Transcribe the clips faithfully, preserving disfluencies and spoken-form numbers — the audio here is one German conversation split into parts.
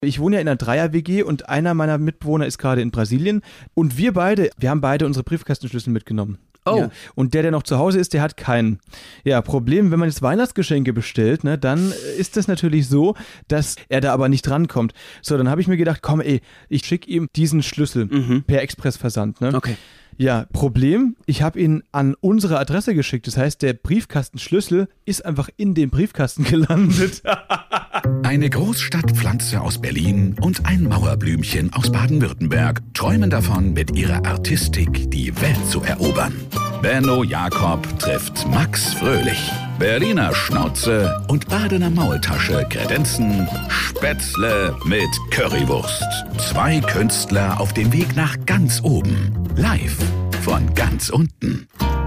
Ich wohne ja in einer Dreier-W G und einer meiner Mitbewohner ist gerade in Brasilien und wir beide, wir haben beide unsere Briefkastenschlüssel mitgenommen. Oh. Ja. Und der, der noch zu Hause ist, der hat keinen. Ja, Problem, wenn man jetzt Weihnachtsgeschenke bestellt, ne, dann ist das natürlich so, dass er da aber nicht drankommt. So, dann habe ich mir gedacht, komm ey, ich schicke ihm diesen Schlüssel Mhm. per Expressversand. Ne? Okay. Ja, Problem, ich habe ihn an unsere Adresse geschickt. Das heißt, der Briefkastenschlüssel ist einfach in dem Briefkasten gelandet. Eine Großstadtpflanze aus Berlin und ein Mauerblümchen aus Baden-Württemberg träumen davon, mit ihrer Artistik die Welt zu erobern. Benno Jakob trifft Max Fröhlich. Berliner Schnauze und Badener Maultasche kredenzen Spätzle mit Currywurst. Zwei Künstler auf dem Weg nach ganz oben. Live von ganz unten.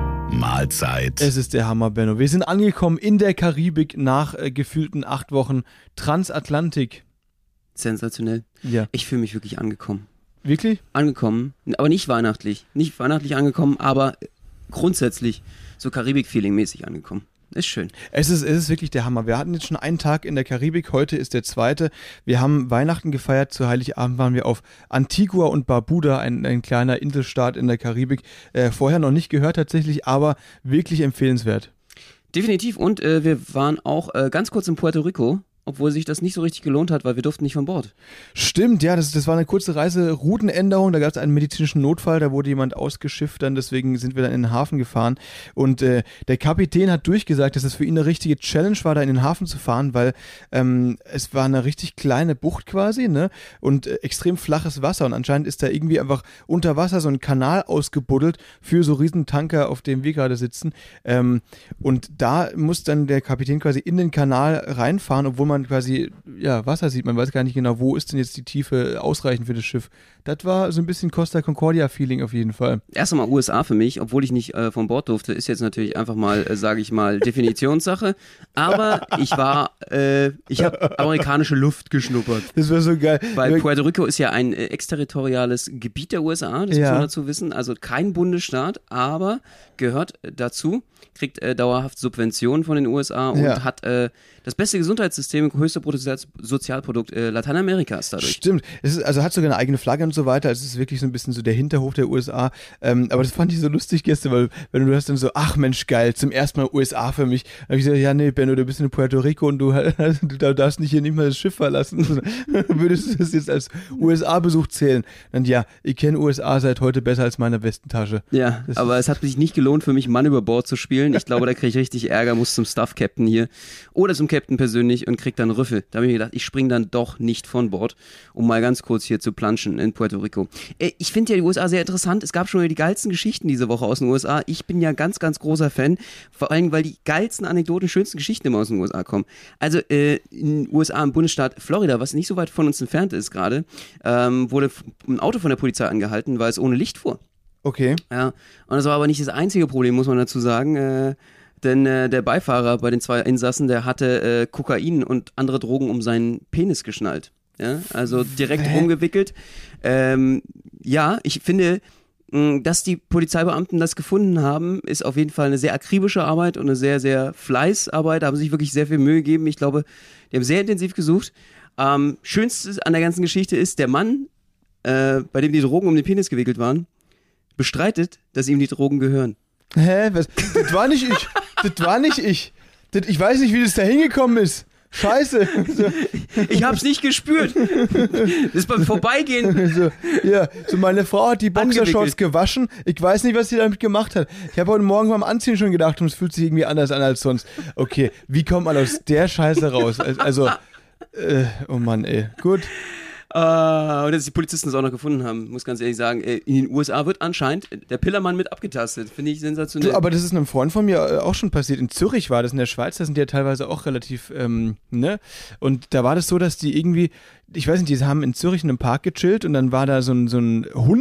Mahlzeit. Es ist der Hammer, Benno. Wir sind angekommen in der Karibik nach äh, gefühlten acht Wochen Transatlantik. Sensationell. Ja. Ich fühle mich wirklich angekommen. Wirklich? Angekommen, aber nicht weihnachtlich. Nicht weihnachtlich angekommen, aber grundsätzlich so Karibik-Feeling-mäßig angekommen. Ist schön. Es ist, es ist wirklich der Hammer. Wir hatten jetzt schon einen Tag in der Karibik, heute ist der zweite. Wir haben Weihnachten gefeiert, zu Heiligabend waren wir auf Antigua und Barbuda, ein, ein kleiner Inselstaat in der Karibik. Äh, vorher noch nicht gehört tatsächlich, aber wirklich empfehlenswert. Definitiv und äh, wir waren auch äh, ganz kurz in Puerto Rico, obwohl sich das nicht so richtig gelohnt hat, weil wir durften nicht von Bord. Stimmt, ja, das, das war eine kurze Reise, Routenänderung, da gab es einen medizinischen Notfall, da wurde jemand ausgeschifft dann, deswegen sind wir dann in den Hafen gefahren und äh, der Kapitän hat durchgesagt, dass es für ihn eine richtige Challenge war, da in den Hafen zu fahren, weil ähm, es war eine richtig kleine Bucht quasi, ne, und äh, extrem flaches Wasser und anscheinend ist da irgendwie einfach unter Wasser so ein Kanal ausgebuddelt für so Riesentanker, auf dem wir gerade sitzen, ähm, und da muss dann der Kapitän quasi in den Kanal reinfahren, obwohl man man quasi, ja, Wasser sieht, man weiß gar nicht genau, wo ist denn jetzt die Tiefe ausreichend für das Schiff. Das war so ein bisschen Costa Concordia-Feeling auf jeden Fall. Erst einmal U S A für mich, obwohl ich nicht äh, von Bord durfte, ist jetzt natürlich einfach mal, äh, sage ich mal, Definitionssache. Aber ich war, äh, ich habe amerikanische Luft geschnuppert. Das war so geil. Weil Puerto Rico ist ja ein äh, exterritoriales Gebiet der U S A, das ja. muss man dazu wissen. Also kein Bundesstaat, aber gehört dazu, kriegt äh, dauerhaft Subventionen von den U S A und ja. hat äh, das beste Gesundheitssystem, höchste Bruttosozialprodukt äh, Lateinamerikas dadurch. Stimmt. Es ist, also hat sogar eine eigene Flagge und so weiter. Es ist wirklich so ein bisschen so der Hinterhof der U S A. Ähm, aber das fand ich so lustig gestern, weil wenn du hast dann so, ach Mensch, geil, zum ersten Mal U S A für mich. Da habe ich gesagt, ja nee, Benno, du bist in Puerto Rico und du, du darfst nicht hier nicht mal das Schiff verlassen. Würdest du das jetzt als U S A-Besuch zählen? Dann ja, ich kenne U S A seit heute besser als meine Westentasche. Ja, das aber es hat sich nicht gelohnt für mich, Mann über Bord zu spielen. Ich glaube, da kriege ich richtig Ärger, muss zum Staff-Captain hier oder zum Captain persönlich und krieg dann Rüffel. Da habe ich mir gedacht, ich springe dann doch nicht von Bord, um mal ganz kurz hier zu planschen in Puerto Rico. Ich finde ja die U S A sehr interessant. Es gab schon die geilsten Geschichten diese Woche aus den U S A. Ich bin ja ganz, ganz großer Fan, vor allem, weil die geilsten Anekdoten, schönsten Geschichten immer aus den U S A kommen. Also äh, in den U S A im Bundesstaat Florida, was nicht so weit von uns entfernt ist gerade, ähm, wurde ein Auto von der Polizei angehalten, weil es ohne Licht fuhr. Okay. Ja, und das war aber nicht das einzige Problem, muss man dazu sagen, äh, denn äh, der Beifahrer bei den zwei Insassen, der hatte äh, Kokain und andere Drogen um seinen Penis geschnallt. Ja, also direkt Hä? rumgewickelt. Ähm, ja, ich finde, mh, dass die Polizeibeamten das gefunden haben, ist auf jeden Fall eine sehr akribische Arbeit und eine sehr, sehr Fleißarbeit. Da haben sie sich wirklich sehr viel Mühe gegeben. Ich glaube, die haben sehr intensiv gesucht. Ähm, Schönstes an der ganzen Geschichte ist, der Mann, äh, bei dem die Drogen um den Penis gewickelt waren, bestreitet, dass ihm die Drogen gehören. Hä? Was? Das war nicht ich. Das war nicht ich. Das, ich weiß nicht, wie das da hingekommen ist. Scheiße. So. Ich hab's nicht gespürt. Das ist beim Vorbeigehen. So, ja, so meine Frau hat die Boxershorts gewaschen. Ich weiß nicht, was sie damit gemacht hat. Ich habe heute Morgen beim Anziehen schon gedacht, und es fühlt sich irgendwie anders an als sonst. Okay, wie kommt man aus der Scheiße raus? Also, äh, oh Mann, ey. Gut. Uh, und dass die Polizisten das auch noch gefunden haben, muss ganz ehrlich sagen, in den U S A wird anscheinend der Pillermann mit abgetastet, finde ich sensationell. Du, aber das ist einem Freund von mir auch schon passiert, in Zürich war das, in der Schweiz, da sind die ja teilweise auch relativ, ähm, ne, und da war das so, dass die irgendwie, ich weiß nicht, die haben in Zürich in einem Park gechillt und dann war da so ein, so ein Hund,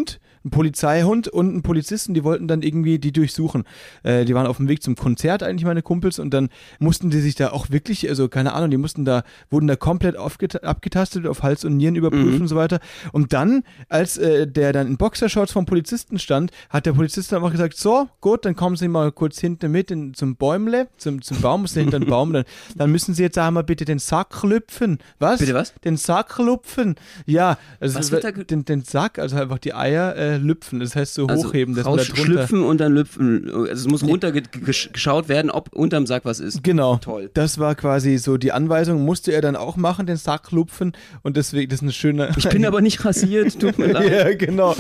ein Polizeihund und ein Polizisten, die wollten dann irgendwie die durchsuchen. Äh, die waren auf dem Weg zum Konzert eigentlich, meine Kumpels, und dann mussten die sich da auch wirklich, also keine Ahnung, die mussten da, wurden da komplett aufgeta- abgetastet, auf Hals und Nieren überprüft mhm. und so weiter. Und dann, als äh, der dann in Boxershorts vom Polizisten stand, hat der Polizist dann einfach gesagt, so, gut, dann kommen Sie mal kurz hinten mit in, zum Bäumle, zum, zum Baum, mussten hinter den Baum, dann, dann müssen Sie jetzt einmal bitte den Sack lüpfen. Was? Bitte was? Den Sack lüpfen. Ja, also was wird da ge- den, den Sack, also einfach die Eier äh, lüpfen, das heißt so also hochheben. Dass man da drunter schlüpfen und dann lüpfen. Also es muss runtergeschaut werden, ob unterm Sack was ist. Genau. Toll. Das war quasi so die Anweisung, musste er dann auch machen, den Sack lupfen, und deswegen, das ist eine schöne... Ich bin aber nicht rasiert, tut mir leid. Ja, genau.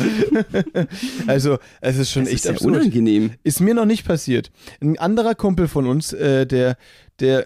Also, es ist schon das echt ist absurd. Unangenehm. Ist mir noch nicht passiert. Ein anderer Kumpel von uns, äh, der, der...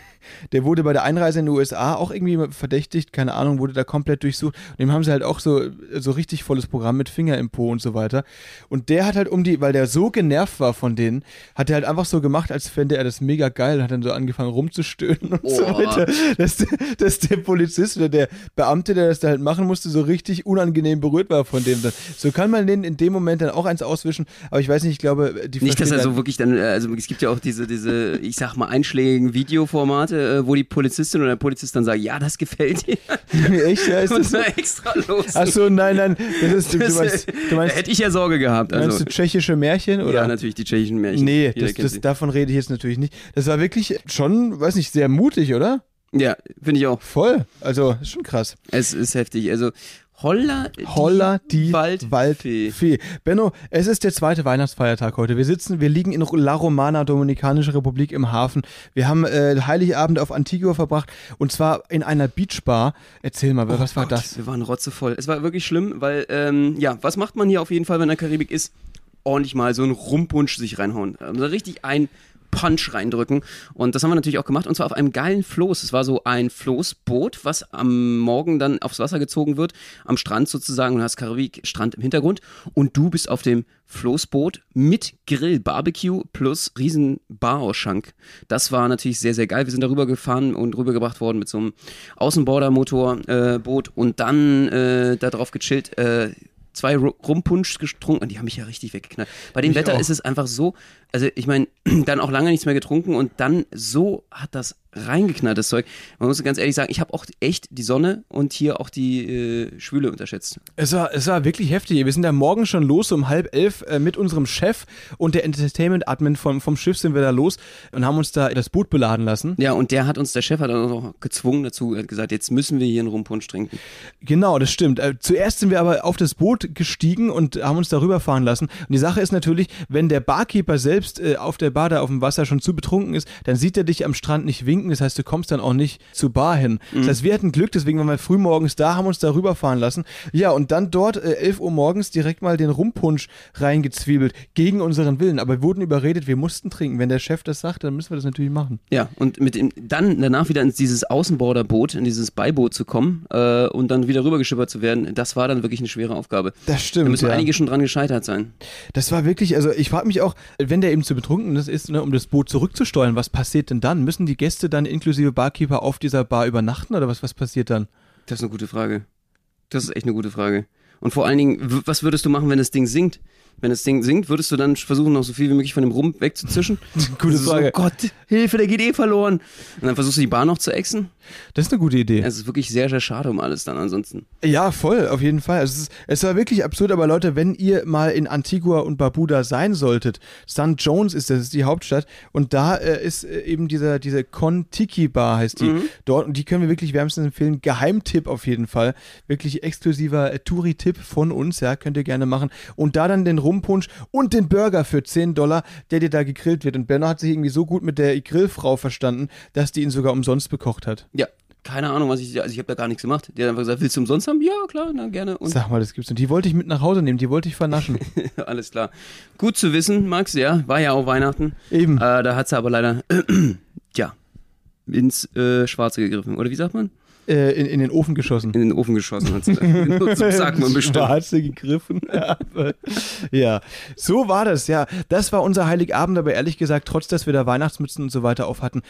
Der wurde bei der Einreise in die U S A auch irgendwie verdächtigt, keine Ahnung, wurde da komplett durchsucht. Und dem haben sie halt auch so, so richtig volles Programm mit Finger im Po und so weiter. Und der hat halt um die, weil der so genervt war von denen, hat er halt einfach so gemacht, als fände er das mega geil, hat dann so angefangen rumzustöhnen und oh. so weiter. Dass der, dass der Polizist oder der Beamte, der das da halt machen musste, so richtig unangenehm berührt war von dem. So kann man denen in dem Moment dann auch eins auswischen, aber ich weiß nicht, ich glaube, die Nicht, dass er dann, so wirklich dann, also es gibt ja auch diese, diese, ich sag mal, einschlägigen Videoformate, wo die Polizistin oder der Polizist dann sagt, ja, das gefällt dir. Echt? Ja, ist das und dann extra los. Achso, nein, nein. Das ist, du, das, du meinst, du meinst, da hätte ich ja Sorge gehabt. Also. Meinst du tschechische Märchen? Oder? Ja, natürlich, die tschechischen Märchen. Nee, das, das, davon rede ich jetzt natürlich nicht. Das war wirklich schon, weiß nicht, sehr mutig, oder? Ja, finde ich auch. Voll. Also, ist schon krass. Es ist heftig. Also, Holla die, Holla die Waldfee. Waldfee. Benno, es ist der zweite Weihnachtsfeiertag heute. Wir sitzen, wir liegen in La Romana, Dominikanische Republik, im Hafen. Wir haben äh, Heiligabend auf Antigua verbracht, und zwar in einer Beachbar. Erzähl mal, oh was war Gott, das? Wir waren rotzevoll. Es war wirklich schlimm, weil, ähm, ja, was macht man hier auf jeden Fall, wenn der Karibik ist? Ordentlich mal so einen Rumpunsch sich reinhauen. Also richtig ein Punch reindrücken, und das haben wir natürlich auch gemacht, und zwar auf einem geilen Floß. Es war so ein Floßboot, was am Morgen dann aufs Wasser gezogen wird, am Strand sozusagen, und du hast Karibik-Strand im Hintergrund, und du bist auf dem Floßboot mit Grill, Barbecue plus riesen Barausschank. Das war natürlich sehr, sehr geil. Wir sind darüber gefahren und rübergebracht worden mit so einem Außenborder-Motor-Boot äh, und dann äh, da drauf gechillt, äh, zwei Rumpunsch getrunken, und die haben mich ja richtig weggeknallt. Bei dem ich Wetter auch. ist es einfach so, also ich meine, dann auch lange nichts mehr getrunken, und dann so hat das reingeknallt, das Zeug. Man muss ganz ehrlich sagen, ich habe auch echt die Sonne und hier auch die äh, Schwüle unterschätzt. Es war, es war wirklich heftig. Wir sind da morgen schon los, um halb elf äh, mit unserem Chef und der Entertainment-Admin vom, vom Schiff sind wir da los und haben uns da das Boot beladen lassen. Ja, und der hat uns, der Chef hat uns auch gezwungen dazu, hat gesagt, jetzt müssen wir hier einen Rumpunsch trinken. Genau, das stimmt. Äh, zuerst sind wir aber auf das Boot gestiegen und haben uns darüber fahren lassen. Und die Sache ist natürlich, wenn der Barkeeper selbst äh, auf der Bar da auf dem Wasser schon zu betrunken ist, dann sieht er dich am Strand nicht winken. Das heißt, du kommst dann auch nicht zur Bar hin. Mhm. Das heißt, wir hatten Glück, deswegen waren wir früh morgens da, haben uns da rüberfahren lassen. Ja, und dann dort äh, elf Uhr morgens direkt mal den Rumpunsch reingezwiebelt, gegen unseren Willen. Aber wir wurden überredet, wir mussten trinken. Wenn der Chef das sagt, dann müssen wir das natürlich machen. Ja, und mit dem, dann danach wieder in dieses Außenborderboot, in dieses Beiboot zu kommen äh, und dann wieder rübergeschippert zu werden, das war dann wirklich eine schwere Aufgabe. Das stimmt, Da müssen ja. einige schon dran gescheitert sein. Das war wirklich, also ich frage mich auch, wenn der eben zu betrunken ist, ne, um das Boot zurückzusteuern, was passiert denn dann? Müssen die Gäste dann inklusive Barkeeper auf dieser Bar übernachten oder was, was passiert dann? Das ist eine gute Frage. Das ist echt eine gute Frage. Und vor allen Dingen, w- was würdest du machen, wenn das Ding sinkt? Wenn das Ding sinkt, würdest du dann versuchen, noch so viel wie möglich von dem Rum wegzuzischen? Gute Also Frage. So, Gott, Hilfe, der geht eh verloren. Und dann versuchst du die Bar noch zu exen? Das ist eine gute Idee. Es ist wirklich sehr, sehr schade um alles dann ansonsten. Ja, voll, auf jeden Fall. Es, ist, es war wirklich absurd, aber Leute, wenn ihr mal in Antigua und Barbuda sein solltet, Saint Jones ist das, das ist die Hauptstadt, und da äh, ist äh, eben dieser, diese Kon-Tiki-Bar heißt die. Mhm. Dort, und die können wir wirklich wärmstens empfehlen. Geheimtipp auf jeden Fall. Wirklich exklusiver äh, Touri-Tipp von uns, ja, könnt ihr gerne machen. Und da dann den Rumpunsch und den Burger für zehn Dollar, der dir da gegrillt wird. Und Benno hat sich irgendwie so gut mit der Grillfrau verstanden, dass die ihn sogar umsonst bekocht hat. Ja, keine Ahnung, was ich, also ich habe da gar nichts gemacht. Die hat einfach gesagt, willst du umsonst haben? Ja, klar, na gerne. Und Sag mal, das gibt's. Und die wollte ich mit nach Hause nehmen, die wollte ich vernaschen. alles klar. Gut zu wissen, Max, ja, war ja auch Weihnachten. Eben. Äh, da hat sie aber leider, ja, ins äh, Schwarze gegriffen. Oder wie sagt man? Äh, in, in den Ofen geschossen. In den Ofen geschossen hat sie da. So sagt man bestimmt. Schwarze gegriffen. Ja, so war das, ja. Das war unser Heiligabend, aber ehrlich gesagt, trotz dass wir da Weihnachtsmützen und so weiter auf hatten,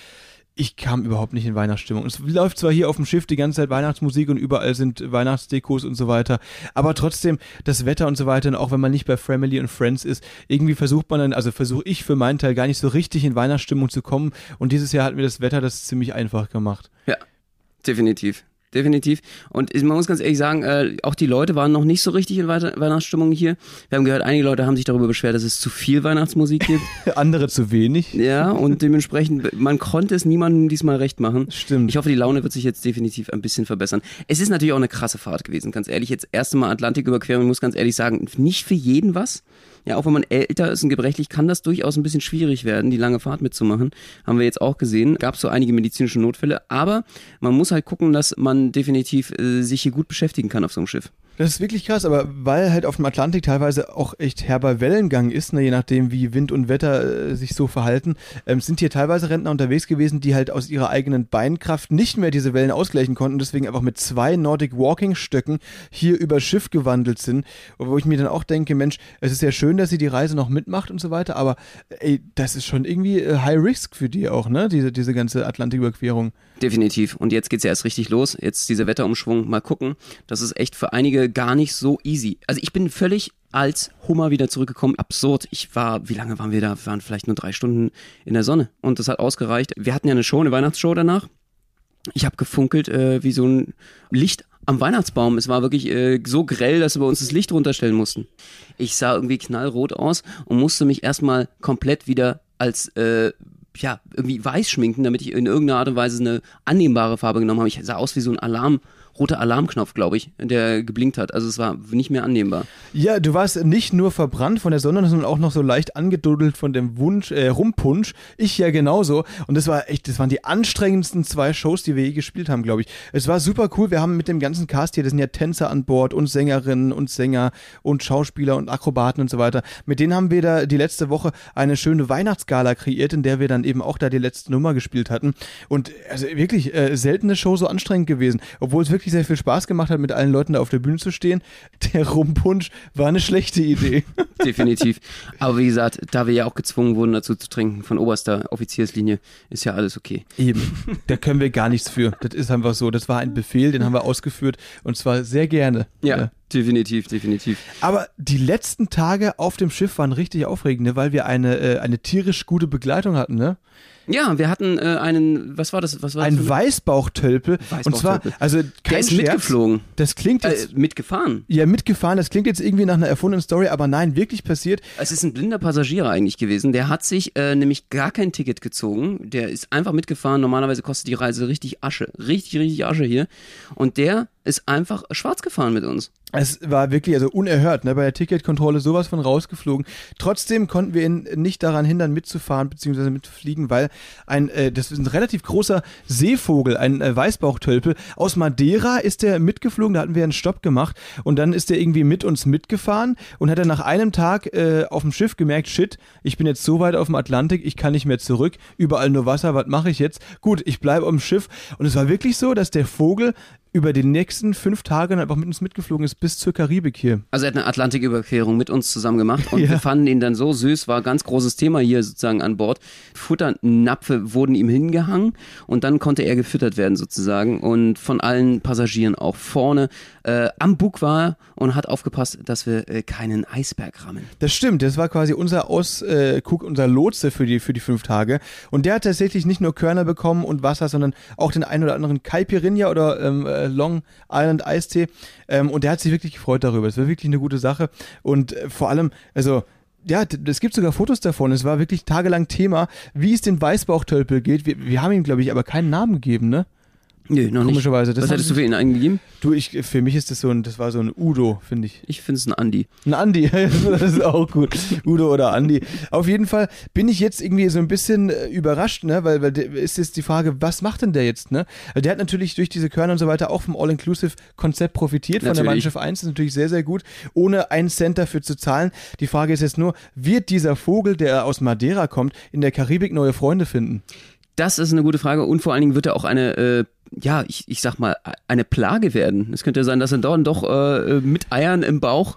ich kam überhaupt nicht in Weihnachtsstimmung. Es läuft zwar hier auf dem Schiff die ganze Zeit Weihnachtsmusik und überall sind Weihnachtsdekos und so weiter, aber trotzdem das Wetter und so weiter, und auch wenn man nicht bei Family und Friends ist, irgendwie versucht man dann, also versuche ich für meinen Teil gar nicht so richtig in Weihnachtsstimmung zu kommen, und dieses Jahr hat mir das Wetter das ziemlich einfach gemacht. Ja, definitiv. Definitiv. Und man muss ganz ehrlich sagen, äh, auch die Leute waren noch nicht so richtig in Weihn- Weihnachtsstimmung hier. Wir haben gehört, einige Leute haben sich darüber beschwert, dass es zu viel Weihnachtsmusik gibt. Andere zu wenig. Ja, und dementsprechend, man konnte es niemandem diesmal recht machen. Stimmt. Ich hoffe, die Laune wird sich jetzt definitiv ein bisschen verbessern. Es ist natürlich auch eine krasse Fahrt gewesen, ganz ehrlich. Jetzt erste Mal Atlantiküberquerung, ich muss ganz ehrlich sagen, nicht für jeden was. Ja, auch wenn man älter ist und gebrechlich, kann das durchaus ein bisschen schwierig werden, die lange Fahrt mitzumachen. Haben wir jetzt auch gesehen. Gab es so einige medizinische Notfälle. Aber man muss halt gucken, dass man definitiv äh, sich hier gut beschäftigen kann auf so einem Schiff. Das ist wirklich krass, aber weil halt auf dem Atlantik teilweise auch echt herber Wellengang ist, ne, je nachdem wie Wind und Wetter äh, sich so verhalten, ähm, sind hier teilweise Rentner unterwegs gewesen, die halt aus ihrer eigenen Beinkraft nicht mehr diese Wellen ausgleichen konnten, deswegen einfach mit zwei Nordic Walking Stöcken hier über Schiff gewandelt sind, wo ich mir dann auch denke, Mensch, es ist ja schön, dass sie die Reise noch mitmacht und so weiter, aber ey, das ist schon irgendwie äh, High Risk für die auch, ne, diese, diese ganze Atlantiküberquerung. Definitiv. Und jetzt geht's ja erst richtig los. Jetzt dieser Wetterumschwung. Mal gucken. Das ist echt für einige gar nicht so easy. Also ich bin völlig als Hummer wieder zurückgekommen. Absurd. Ich war, wie lange waren wir da? Wir waren vielleicht nur drei Stunden in der Sonne. Und das hat ausgereicht. Wir hatten ja eine Show, eine Weihnachtsshow danach. Ich habe gefunkelt äh, wie so ein Licht am Weihnachtsbaum. Es war wirklich äh, so grell, dass wir uns das Licht runterstellen mussten. Ich sah irgendwie knallrot aus und musste mich erstmal komplett wieder als äh, ja, irgendwie weiß schminken, damit ich in irgendeiner Art und Weise eine annehmbare Farbe genommen habe. Ich sah aus wie so ein Alarm, roter Alarmknopf, glaube ich, der geblinkt hat. Also es war nicht mehr annehmbar. Ja, du warst nicht nur verbrannt von der Sonne, sondern auch noch so leicht angedudelt von dem Wunsch, äh, Rumpunsch. Ich ja genauso. Und das war echt, das waren die anstrengendsten zwei Shows, die wir je gespielt haben, glaube ich. Es war super cool. Wir haben mit dem ganzen Cast hier, das sind ja Tänzer an Bord und Sängerinnen und Sänger und Schauspieler und Akrobaten und so weiter. Mit denen haben wir da die letzte Woche eine schöne Weihnachtsgala kreiert, in der wir dann eben auch da die letzte Nummer gespielt hatten. Und also wirklich äh, seltene Show so anstrengend gewesen. Obwohl es wirklich sehr viel Spaß gemacht hat, mit allen Leuten da auf der Bühne zu stehen. Der Rumpunsch war eine schlechte Idee. Definitiv. Aber wie gesagt, da wir ja auch gezwungen wurden, dazu zu trinken von oberster Offizierslinie, ist ja alles okay. Eben. Da können wir gar nichts für. Das ist einfach so. Das war ein Befehl, den haben wir ausgeführt und zwar sehr gerne. Ja, ja. definitiv, definitiv. Aber die letzten Tage auf dem Schiff waren richtig aufregend, ne? Weil wir eine, äh, eine tierisch gute Begleitung hatten, ne? Ja, wir hatten äh, einen, was war das? Was war ein das Weißbauchtölpel. Und zwar, also kein Der ist Scherz, mitgeflogen. Das klingt jetzt... Äh, mitgefahren. Ja, mitgefahren. Das klingt jetzt irgendwie nach einer erfundenen Story, aber nein, wirklich passiert. Es ist ein blinder Passagier eigentlich gewesen. Der hat sich äh, nämlich gar kein Ticket gezogen. Der ist einfach mitgefahren. Normalerweise kostet die Reise richtig Asche. Richtig, richtig Asche hier. Und der ist einfach schwarz gefahren mit uns. Es war wirklich also unerhört, ne? Bei der Ticketkontrolle sowas von rausgeflogen. Trotzdem konnten wir ihn nicht daran hindern, mitzufahren bzw. mitzufliegen, weil ein, äh, das ist ein relativ großer Seevogel, ein äh, Weißbauchtölpel. Aus Madeira ist der mitgeflogen, da hatten wir einen Stopp gemacht und dann ist der irgendwie mit uns mitgefahren und hat dann nach einem Tag äh, auf dem Schiff gemerkt, shit, ich bin jetzt so weit auf dem Atlantik, ich kann nicht mehr zurück, überall nur Wasser, was mache ich jetzt? Gut, ich bleibe auf dem Schiff. Und es war wirklich so, dass der Vogel über die nächsten fünf Tage dann einfach mit uns mitgeflogen ist bis zur Karibik hier. Also er hat eine Atlantiküberquerung mit uns zusammen gemacht und Ja. wir fanden ihn dann so süß, war ein ganz großes Thema hier sozusagen an Bord. Futternapfe wurden ihm hingehangen und dann konnte er gefüttert werden sozusagen und von allen Passagieren auch vorne äh, am Bug war er und hat aufgepasst, dass wir äh, keinen Eisberg rammen. Das stimmt, das war quasi unser Ausguck, unser Lotse für die, für die fünf Tage. Und der hat tatsächlich nicht nur Körner bekommen und Wasser, sondern auch den einen oder anderen Caipirinha oder ähm, Long Island Eistee. Ähm, und der hat sich wirklich gefreut darüber. Es war wirklich eine gute Sache. Und äh, vor allem, also ja, es gibt sogar Fotos davon. Es war wirklich tagelang Thema, wie es den Weißbauchtölpel geht. Wir, wir haben ihm, glaube ich, aber keinen Namen gegeben, ne? Nö, noch Komischerweise. nicht. Das Was hättest du für ihn eingegeben? Du, ich, für mich ist das so ein, das war so ein Udo, finde ich. Ich finde es ein Andi. Ein Andi, das ist auch gut. Udo oder Andi. Auf jeden Fall bin ich jetzt irgendwie so ein bisschen äh, überrascht, ne, weil, weil der, ist jetzt die Frage, was macht denn der jetzt, ne? Also der hat natürlich durch diese Körner und so weiter auch vom All-Inclusive-Konzept profitiert, von Natürlich. der Mein Schiff eins, das ist natürlich sehr, sehr gut, ohne einen Cent dafür zu zahlen. Die Frage ist jetzt nur, wird dieser Vogel, der aus Madeira kommt, in der Karibik neue Freunde finden? Das ist eine gute Frage und vor allen Dingen wird er auch eine, äh, ja, ich, ich sag mal, eine Plage werden. Es könnte ja sein, dass er dort doch äh, mit Eiern im Bauch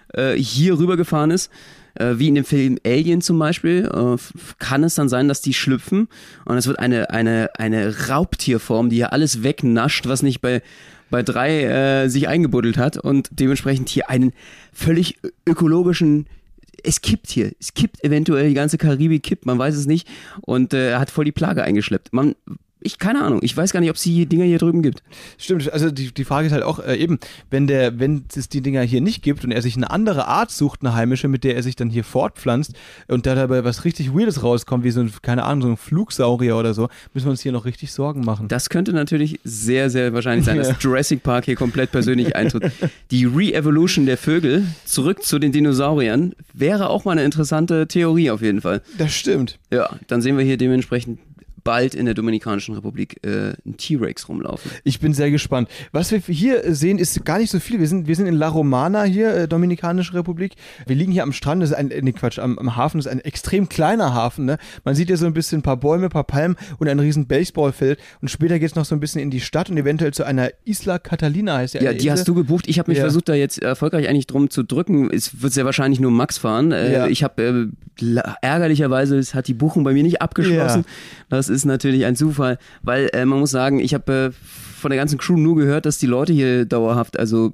äh, hier rübergefahren ist, äh, wie in dem Film Alien zum Beispiel, äh, kann es dann sein, dass die schlüpfen und es wird eine, eine, eine Raubtierform, die hier alles wegnascht, was nicht bei bei drei äh, sich eingebuddelt hat und dementsprechend hier einen völlig ökologischen, es kippt hier, es kippt eventuell, die ganze Karibik kippt, man weiß es nicht und äh, hat voll die Plage eingeschleppt. Man, ich, keine Ahnung, ich weiß gar nicht, ob es die Dinger hier drüben gibt. Stimmt, also die, die Frage ist halt auch äh, eben, wenn der, wenn es die Dinger hier nicht gibt und er sich eine andere Art sucht, eine heimische, mit der er sich dann hier fortpflanzt und da dabei was richtig Weirdes rauskommt, wie so ein, keine Ahnung, so ein Flugsaurier oder so, müssen wir uns hier noch richtig Sorgen machen. Das könnte natürlich sehr, sehr wahrscheinlich sein, dass Jurassic Park hier komplett persönlich eintritt. Die Re-Evolution der Vögel, zurück zu den Dinosauriern, wäre auch mal eine interessante Theorie auf jeden Fall. Das stimmt. Ja, dann sehen wir hier dementsprechend bald in der Dominikanischen Republik äh, ein T-Rex rumlaufen. Ich bin sehr gespannt. Was wir hier sehen, ist gar nicht so viel. Wir sind, wir sind in La Romana hier, äh, Dominikanische Republik. Wir liegen hier am Strand, das ist ein, nee, Quatsch, am, am Hafen, das ist ein extrem kleiner Hafen. Ne? Man sieht hier so ein bisschen ein paar Bäume, ein paar Palmen und ein riesen Baseballfeld. Und später geht es noch so ein bisschen in die Stadt und eventuell zu einer Isla Catalina heißt ja. Ja, die Insel. Hast du gebucht. Ich habe mich ja. versucht, da jetzt erfolgreich eigentlich drum zu drücken. Es wird sehr wahrscheinlich nur Max fahren. Äh, ja. Ich habe äh, ärgerlicherweise, es hat die Buchung bei mir nicht abgeschlossen. Ja. Das ist natürlich ein Zufall. Weil äh, man muss sagen, ich habe äh, von der ganzen Crew nur gehört, dass die Leute hier dauerhaft, also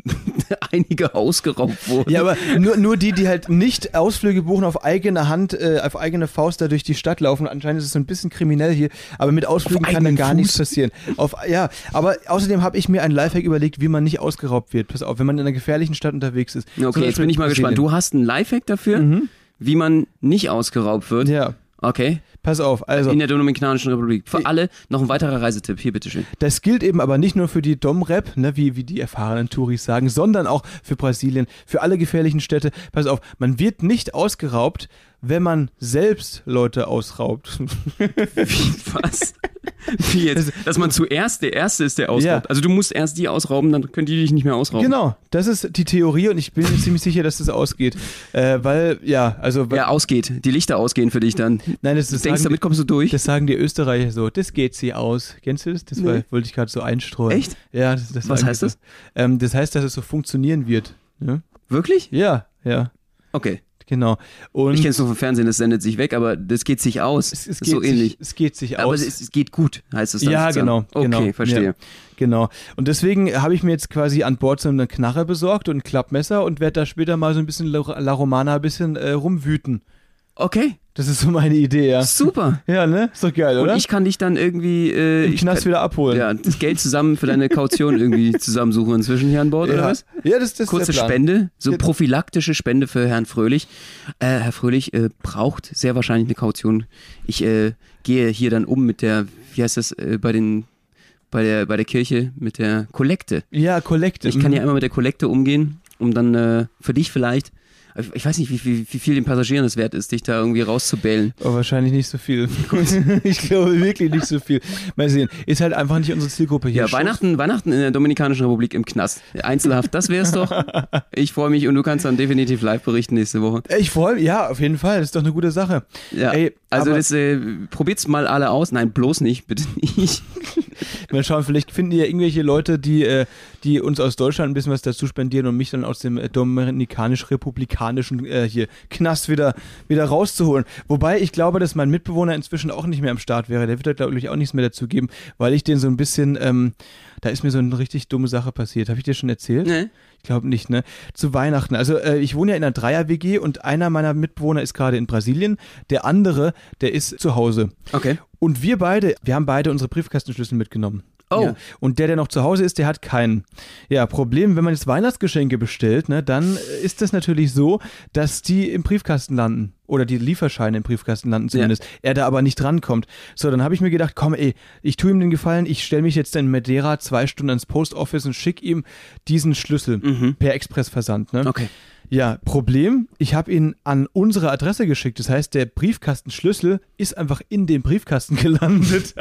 einige ausgeraubt wurden. Ja, aber nur, nur die, die halt nicht Ausflüge buchen auf eigene Hand, äh, auf eigene Faust da durch die Stadt laufen. Anscheinend ist es so ein bisschen kriminell hier, aber mit Ausflügen kann da gar Fuß. nichts passieren. Auf, ja, aber außerdem habe ich mir einen Lifehack überlegt, wie man nicht ausgeraubt wird. Pass auf, wenn man in einer gefährlichen Stadt unterwegs ist. Okay, jetzt bin ich mal gespannt. Du hast einen Lifehack dafür, mhm. wie man nicht ausgeraubt wird? Ja. Okay. Pass auf, also. In der Dominikanischen Republik. Für alle noch ein weiterer Reisetipp. Hier, bitteschön. Das gilt eben aber nicht nur für die Dom-Rep, ne, wie, wie die erfahrenen Touris sagen, sondern auch für Brasilien, für alle gefährlichen Städte. Pass auf, man wird nicht ausgeraubt, wenn man selbst Leute ausraubt. Wie, was? Wie jetzt? Dass man zuerst der Erste ist, der ausraubt. Ja. Also du musst erst die ausrauben, dann können die dich nicht mehr ausrauben. Genau, das ist die Theorie und ich bin mir ziemlich sicher, dass das ausgeht. Äh, weil, ja, also... Ja, ausgeht. Die Lichter ausgehen für dich dann. Nein, das, das du denkst, damit kommst du durch? Das sagen die Österreicher so, das geht sie aus. Kennst du das? Das nee. war, wollte ich gerade so einstreuen. Echt? Ja. Das, das Was heißt das? So. Ähm, das heißt, dass es so funktionieren wird. Ja? Wirklich? Ja, ja. Okay. Genau. Und ich kenne es nur vom Fernsehen, das sendet sich weg, aber das geht sich aus. Es, es geht so sich, ähnlich. Es geht sich aber aus. Aber es, es geht gut, heißt es dann. Ja, genau. Okay, genau. verstehe. Ja, genau. Und deswegen habe ich mir jetzt quasi an Bord so eine Knarre besorgt und ein Klappmesser und werde da später mal so ein bisschen La Romana ein bisschen äh, rumwüten. Okay. Das ist so meine Idee, ja. Super. Ja, ne? Ist doch geil, oder? Und ich kann dich dann irgendwie... Äh, Im Knast kann, wieder abholen. Ja, das Geld zusammen für deine Kaution irgendwie zusammensuchen inzwischen hier an Bord, ja. oder was? Ja, das, das Kurze ist der Plan. Spende, so ja. prophylaktische Spende für Herrn Fröhlich. Äh, Herr Fröhlich äh, braucht sehr wahrscheinlich eine Kaution. Ich äh, gehe hier dann um mit der, wie heißt das, äh, bei den... Bei der, bei der Kirche mit der Kollekte. Ja, Kollekte. Ich kann ja einmal mit der Kollekte umgehen, um dann äh, für dich vielleicht... Ich weiß nicht, wie, wie, wie viel den Passagieren es wert ist, dich da irgendwie rauszubellen. Oh, wahrscheinlich nicht so viel. Ich glaube wirklich nicht so viel. Mal sehen. Ist halt einfach nicht unsere Zielgruppe hier. Ja, Weihnachten, Weihnachten in der Dominikanischen Republik im Knast. Einzelhaft, das wär's doch. Ich freue mich und du kannst dann definitiv live berichten nächste Woche. Ich freue mich, ja, auf jeden Fall. Das ist doch eine gute Sache. Ja, Ey, also das, äh, probiert's mal alle aus. Nein, bloß nicht, bitte nicht. Mal schauen, vielleicht finden ja irgendwelche Leute, die, äh, die uns aus Deutschland ein bisschen was dazu spendieren und mich dann aus dem äh, dominikanisch-republikanischen Äh, hier Knast wieder, wieder rauszuholen. Wobei ich glaube, dass mein Mitbewohner inzwischen auch nicht mehr am Start wäre. Der wird da, glaube ich, auch nichts mehr dazu geben, weil ich den so ein bisschen, ähm, da ist mir so eine richtig dumme Sache passiert. Habe ich dir schon erzählt? Nee. Ich glaube nicht, ne? Zu Weihnachten. Also äh, ich wohne ja in einer Dreier-W G und einer meiner Mitbewohner ist gerade in Brasilien. Der andere, der ist zu Hause. Okay. Und wir beide, wir haben beide unsere Briefkastenschlüssel mitgenommen. Oh. Ja. Und der, der noch zu Hause ist, der hat keinen. Ja, Problem, wenn man jetzt Weihnachtsgeschenke bestellt, ne, dann ist das natürlich so, dass die im Briefkasten landen. Oder die Lieferscheine im Briefkasten landen zumindest. Ja. Er da aber nicht drankommt. So, dann habe ich mir gedacht, komm ey, ich tue ihm den Gefallen, ich stelle mich jetzt in Madeira zwei Stunden ans Post Office und schicke ihm diesen Schlüssel mhm. per Expressversand. Ne? Okay. Ja, Problem, ich habe ihn an unsere Adresse geschickt. Das heißt, der Briefkastenschlüssel ist einfach in den Briefkasten gelandet.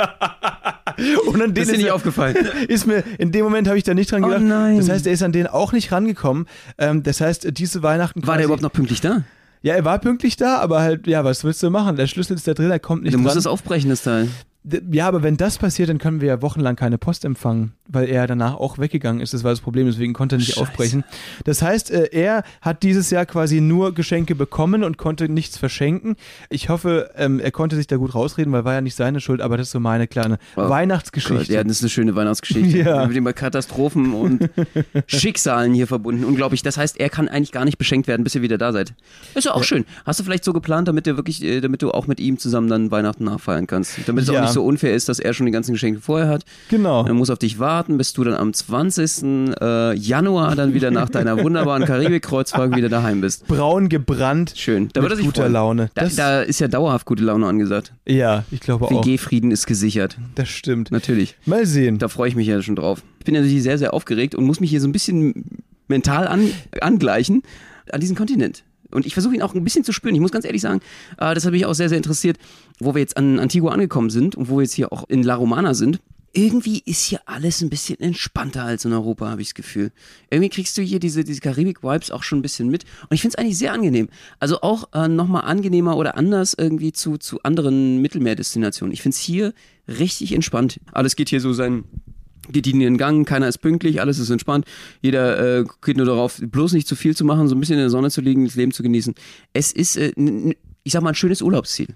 Und an den das ist dir nicht aufgefallen. Ist mir, in dem Moment habe ich da nicht dran gedacht. Oh nein. Das heißt, er ist an den auch nicht rangekommen. Ähm, das heißt, diese Weihnachten quasi, war der überhaupt noch pünktlich da? Ja, er war pünktlich da, aber halt, ja, was willst du machen? Der Schlüssel ist da drin, er kommt nicht dran. Du dran. musst es aufbrechen, das Teil. Ja, aber wenn das passiert, dann können wir ja wochenlang keine Post empfangen, weil er danach auch weggegangen ist. Das war das Problem, deswegen konnte er nicht Scheiße. aufbrechen. Das heißt, er hat dieses Jahr quasi nur Geschenke bekommen und konnte nichts verschenken. Ich hoffe, er konnte sich da gut rausreden, weil war ja nicht seine Schuld, aber das ist so meine kleine oh, Weihnachtsgeschichte. Gott, ja, das ist eine schöne Weihnachtsgeschichte. Ja. Mit den Katastrophen und Schicksalen hier verbunden. Unglaublich. Das heißt, er kann eigentlich gar nicht beschenkt werden, bis ihr wieder da seid. Ist ja auch ja. schön. Hast du vielleicht so geplant, damit du wirklich, damit du auch mit ihm zusammen dann Weihnachten nachfeiern kannst? Damit es ja. auch nicht so unfair ist, dass er schon die ganzen Geschenke vorher hat. Genau. Er muss auf dich warten, bis du dann am zwanzigsten Januar dann wieder nach deiner wunderbaren Karibik-Kreuzfahrt wieder daheim bist. Braun gebrannt. Schön. Da mit wird er sich guter freuen. Laune. Da, da ist ja dauerhaft gute Laune angesagt. Ja, ich glaube auch. W G-Frieden ist gesichert. Das stimmt. Natürlich. Mal sehen. Da freue ich mich ja schon drauf. Ich bin ja natürlich sehr, sehr aufgeregt und muss mich hier so ein bisschen mental an, angleichen an diesen Kontinent. Und ich versuche ihn auch ein bisschen zu spüren. Ich muss ganz ehrlich sagen, äh, das hat mich auch sehr, sehr interessiert, wo wir jetzt an Antigua angekommen sind und wo wir jetzt hier auch in La Romana sind. Irgendwie ist hier alles ein bisschen entspannter als in Europa, habe ich das Gefühl. Irgendwie kriegst du hier diese, diese Karibik-Vibes auch schon ein bisschen mit. Und ich finde es eigentlich sehr angenehm. Also auch äh, nochmal angenehmer oder anders irgendwie zu, zu anderen Mittelmeerdestinationen. Ich finde es hier richtig entspannt. Alles geht hier so seinen gediegenen Gang, keiner ist pünktlich, alles ist entspannt. Jeder äh, geht nur darauf, bloß nicht zu viel zu machen, so ein bisschen in der Sonne zu liegen, das Leben zu genießen. Es ist, äh, n- ich sag mal, ein schönes Urlaubsziel.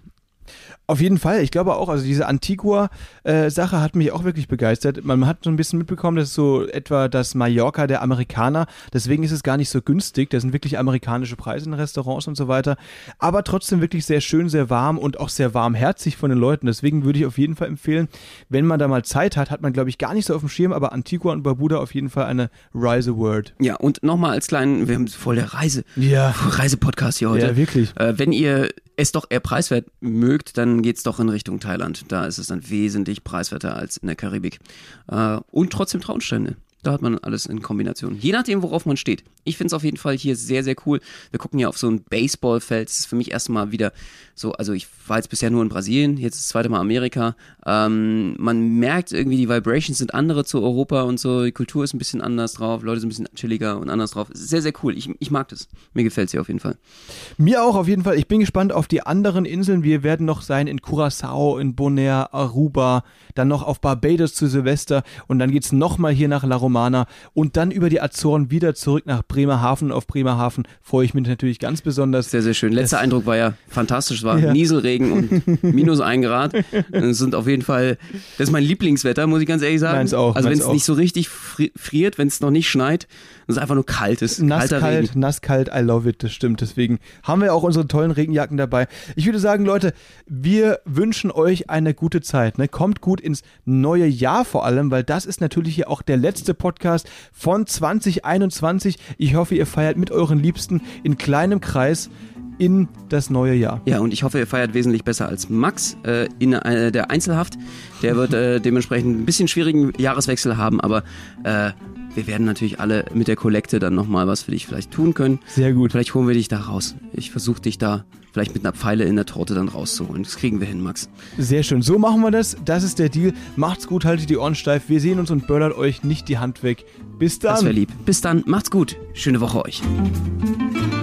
Auf jeden Fall, ich glaube auch, also diese Antigua-Sache äh, hat mich auch wirklich begeistert. Man hat so ein bisschen mitbekommen, das ist so etwa das Mallorca der Amerikaner, deswegen ist es gar nicht so günstig, da sind wirklich amerikanische Preise in Restaurants und so weiter, aber trotzdem wirklich sehr schön, sehr warm und auch sehr warmherzig von den Leuten, deswegen würde ich auf jeden Fall empfehlen, wenn man da mal Zeit hat, hat man glaube ich gar nicht so auf dem Schirm, aber Antigua und Barbuda auf jeden Fall eine Reise-Word. Ja, und nochmal als kleinen, wir haben voll der Reise, ja. Reise-Podcast hier heute. Ja, wirklich. Äh, wenn ihr es doch eher preiswert mögt, dann geht's doch in Richtung Thailand. Da ist es dann wesentlich preiswerter als in der Karibik. Äh, und trotzdem Traunsteine. Da hat man alles in Kombination. Je nachdem, worauf man steht. Ich finde es auf jeden Fall hier sehr, sehr cool. Wir gucken ja auf so ein Baseballfeld. Das ist für mich erstmal wieder so, also ich war jetzt bisher nur in Brasilien, jetzt das zweite Mal Amerika. Ähm, man merkt irgendwie, die Vibrations sind andere zu Europa und so. Die Kultur ist ein bisschen anders drauf. Leute sind ein bisschen chilliger und anders drauf. Sehr, sehr cool. Ich, ich mag das. Mir gefällt es hier auf jeden Fall. Mir auch auf jeden Fall. Ich bin gespannt auf die anderen Inseln. Wir werden noch sein in Curaçao, in Bonaire, Aruba, dann noch auf Barbados zu Silvester und dann geht's nochmal hier nach La Romana und dann über die Azoren wieder zurück nach Bremerhaven. Und auf Bremerhaven freue ich mich natürlich ganz besonders. Sehr, sehr schön. Letzter das Eindruck war ja fantastisch. Es war ja. Nieselregen und minus ein Grad. Das sind auf jeden Fall, das ist mein Lieblingswetter, muss ich ganz ehrlich sagen. Meins auch. Also wenn es auch. nicht so richtig friert, wenn es noch nicht schneit, es ist einfach nur kalt ist. Nass kalt, nass kalt, I love it, das stimmt. Deswegen haben wir auch unsere tollen Regenjacken dabei. Ich würde sagen, Leute, wir wünschen euch eine gute Zeit. Ne? Kommt gut ins neue Jahr vor allem, weil das ist natürlich hier auch der letzte Podcast von zwanzig einundzwanzig. Ich hoffe, ihr feiert mit euren Liebsten in kleinem Kreis in das neue Jahr. Ja, und ich hoffe, ihr feiert wesentlich besser als Max äh, in äh, der Einzelhaft. Der wird äh, dementsprechend ein bisschen schwierigen Jahreswechsel haben, aber äh, wir werden natürlich alle mit der Kollekte dann nochmal was für dich vielleicht tun können. Sehr gut. Vielleicht holen wir dich da raus. Ich versuche dich da vielleicht mit einer Pfeile in der Torte dann rauszuholen. Das kriegen wir hin, Max. Sehr schön. So machen wir das. Das ist der Deal. Macht's gut, haltet die Ohren steif. Wir sehen uns und böllert euch nicht die Hand weg. Bis dann. Das wäre lieb. Bis dann. Macht's gut. Schöne Woche euch.